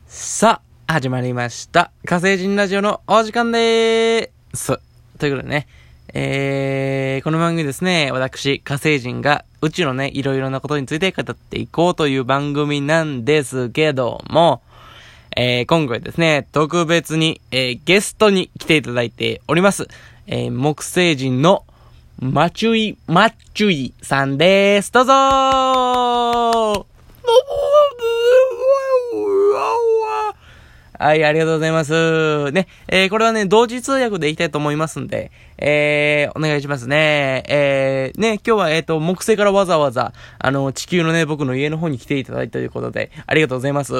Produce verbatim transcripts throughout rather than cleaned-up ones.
さあ、始まりました。火星人ラジオのお時間でーす。ということでね、えー、この番組ですね、私、火星人が宇宙のね、いろいろなことについて語っていこうという番組なんですけども、えー、今回ですね、特別に、えー、ゲストに来ていただいております。えー、木星人のマチュイ、マッチュイさんです。どうぞーはい、ありがとうございます。ね、えー、これはね、同時通訳でいきたいと思いますんで、えー、お願いしますね。えー、ね、今日は、えっと、木星からわざわざ、あの、地球のね、僕の家の方に来ていただいたということで、ありがとうございます。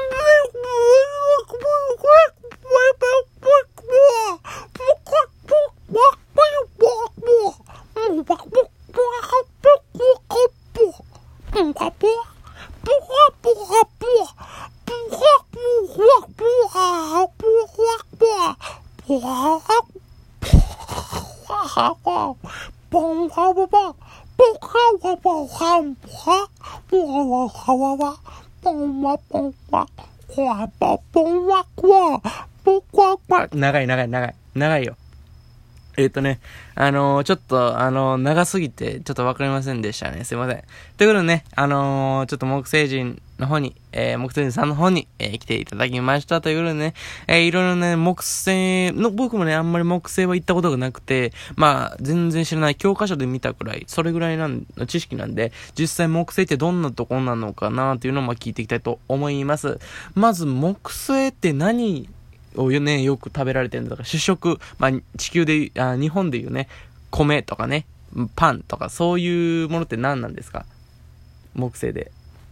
長い長い長い長いよ。えっとね、あのー、ちょっと、あのー、長すぎて、ちょっとわかりませんでしたね。すいません。ということでね、あのー、ちょっと木星人の方に、えー、木星人さんの方に、えー、来ていただきました。ということでね、えー、いろいろね、木星の、僕もね、あんまり木星は行ったことがなくて、まあ、全然知らない教科書で見たくらい、それぐらいなんの知識なんで、実際木星ってどんなとこなのかなっていうのをまあ聞いていきたいと思います。まず、木星って何をね、よく食べられてるんだから、主食、まあ、地球で、あ、日本でいうね、米とかね、パンとか、そういうものって何なんですか？木星で。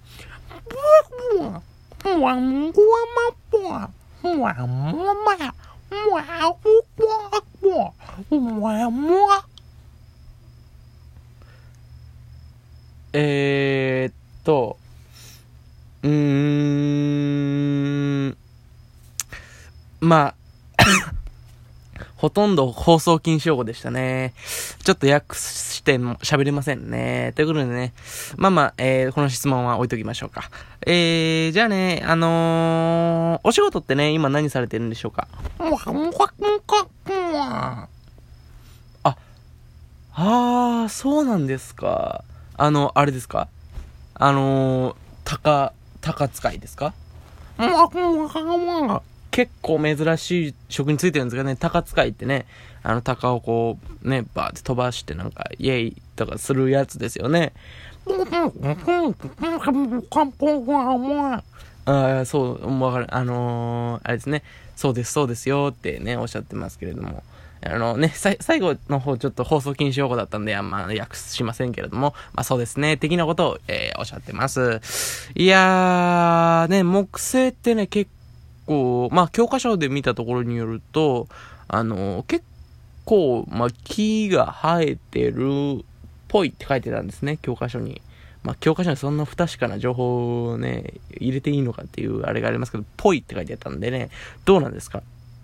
えーっと、うーん、まあ、ほとんど放送禁止用語でしたね。ちょっと訳しても喋れませんね。ということでね。まあまあ、えー、この質問は置いときましょうか。えー、じゃあね、あのー、お仕事ってね、今何されてるんでしょうか？あ、あー、そうなんですか。あの、あれですか？あのー、鷹、鷹使いですか？結構珍しい職についてるんですがね、鷹使いってね、あの鷹をこう、ね、バーって飛ばしてなんか、イエイとかするやつですよね。ああ、そう、わかる。あのー、あれですね、そうです、そうですよってね、おっしゃってますけれども。あのね、さ、最後の方ちょっと放送禁止用語だったんで、あんま訳しませんけれども、まあそうですね、的なことを、えー、おっしゃってます。いやー、ね、木星ってね、結構、まあ教科書で見たところによると、あのー、結構、まあ木が生えてるっぽいって書いてたんですね、教科書に。まあ教科書にそんな不確かな情報をね、入れていいのかっていうあれがありますけど、ぽいって書いてあったんでね、どうなんですか？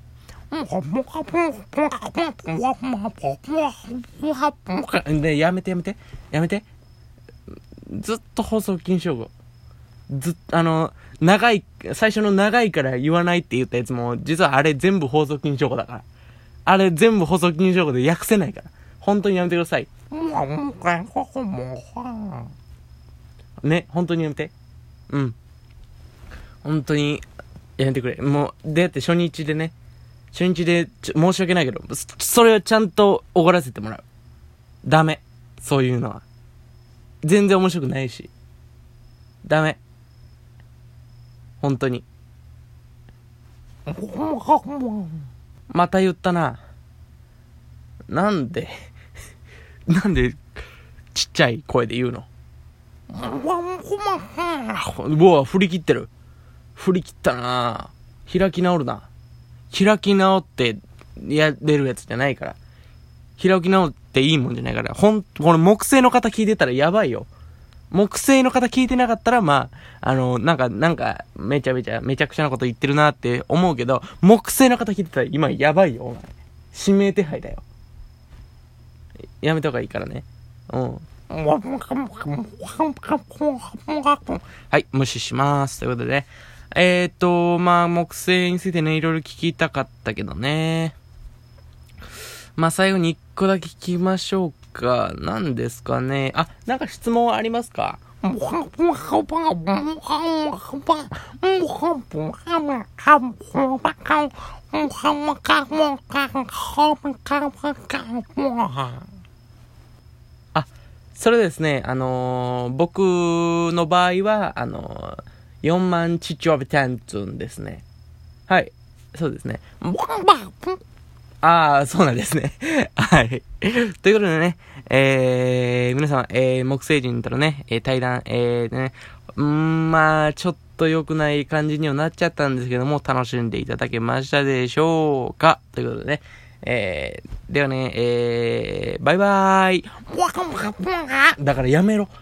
で、やめてやめて。やめて。ずっと放送禁止用語。ずっと、あの、長い、最初の長いから言わないって言ったやつも、実はあれ全部放送禁止用語だから。あれ全部放送禁止用語で訳せないから。本当にやめてください。ね、本当にやめて。うん。本当に、やめてくれ。もう、だって初日でね、初日で申し訳ないけど、それはちゃんとおごらせてもらう。ダメ。そういうのは。全然面白くないし。ダメ。本当に。また言ったな。なんで、なんで、ちっちゃい声で言うの？うわ、振り切ってる。振り切ったな。開き直るな。開き直ってやれるやつじゃないから。開き直っていいもんじゃないから。ほん、これ木星の方聞いてたらやばいよ。木星の方聞いてなかったら、まあ、あの、なんか、なんか、めちゃめちゃ、めちゃくちゃなこと言ってるなって思うけど、木星の方聞いてたら今やばいよ、お前。指名手配だよ。やめた方がいいからね。うん。はい、無視します。ということでね。 えっと、まあ、木星についてね、いろいろ聞きたかったけどね。まあ、最後に一個だけ聞きましょうか。何ですかね。あ、なんか質問ありますか？あ、それですね、あのー、僕の場合は、あのー、よんまんちちわびたんつんですね。はい。そうですね。ああ、そうなんですね。はい。ということでね、えー、皆様、えー、木星人とのね、えー、対談、えー、ね、うーん、まあ、ちょっと良くない感じにはなっちゃったんですけども、楽しんでいただけましたでしょうか？ということでね、えー、ではね、えー、バイバーイ。だからやめろ。